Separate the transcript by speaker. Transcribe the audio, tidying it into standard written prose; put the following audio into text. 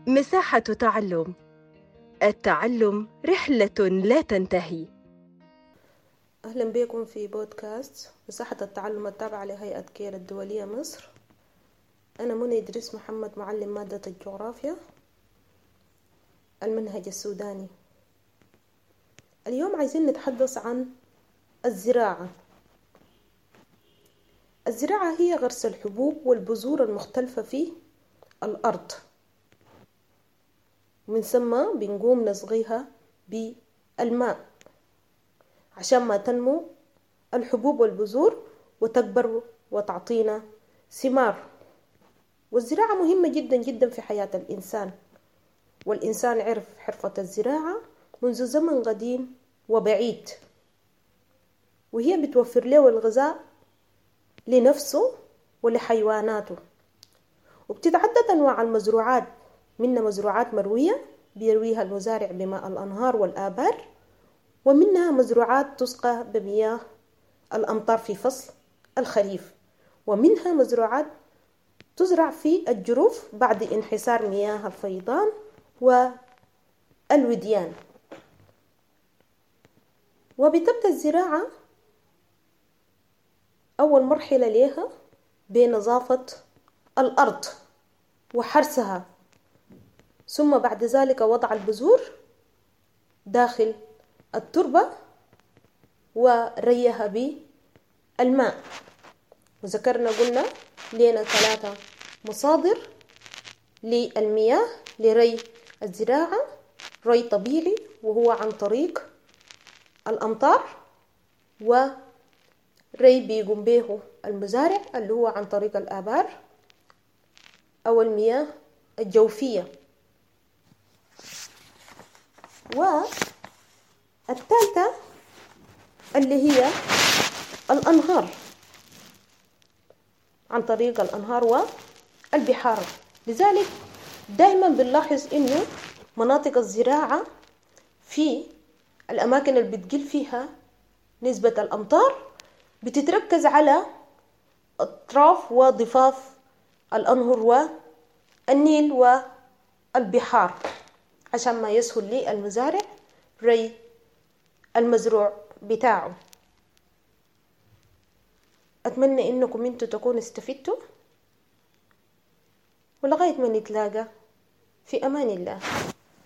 Speaker 1: مساحة تعلم. التعلم رحلة لا تنتهي.
Speaker 2: أهلا بكم في بودكاست مساحة التعلم التابعة لهيئة كير الدولية مصر. أنا منى إدريس محمد، معلم مادة الجغرافيا المنهج السوداني. اليوم عايزين نتحدث عن الزراعة. الزراعة هي غرس الحبوب والبذور المختلفة في الأرض، ومن ثم بنقوم نسقيها بالماء عشان ما تنمو الحبوب والبذور وتكبر وتعطينا ثمار. والزراعة مهمة جدا جدا في حياة الإنسان، والإنسان عرف حرفة الزراعة منذ زمن قديم وبعيد، وهي بتوفر له الغذاء لنفسه ولحيواناته. وبتتعدد أنواع المزروعات، منها مزروعات مروية بيرويها المزارع بماء الأنهار والآبار، ومنها مزروعات تسقى بمياه الأمطار في فصل الخريف، ومنها مزروعات تزرع في الجروف بعد انحسار مياه الفيضان والوديان. وبتبدأ الزراعة أول مرحلة لها بنظافة الأرض وحرسها، ثم بعد ذلك وضع البذور داخل التربة وريها بالماء. وذكرنا قلنا لنا 3 مصادر للمياه لري الزراعة: ري طبيعي وهو عن طريق الأمطار، وري بيقوم به المزارع اللي هو عن طريق الآبار أو المياه الجوفية. والثالثة اللي هي الأنهار، عن طريق الأنهار والبحار. لذلك دائما بنلاحظ إنه مناطق الزراعة في الأماكن اللي بتقل فيها نسبة الأمطار بتتركز على أطراف وضفاف الأنهر والنيل والبحار، عشان ما يسهل للمزارع ري المزروع بتاعه. أتمنى إنكم انتوا تكونوا استفدتوا، ولغاية ما نتلاقى، في أمان الله.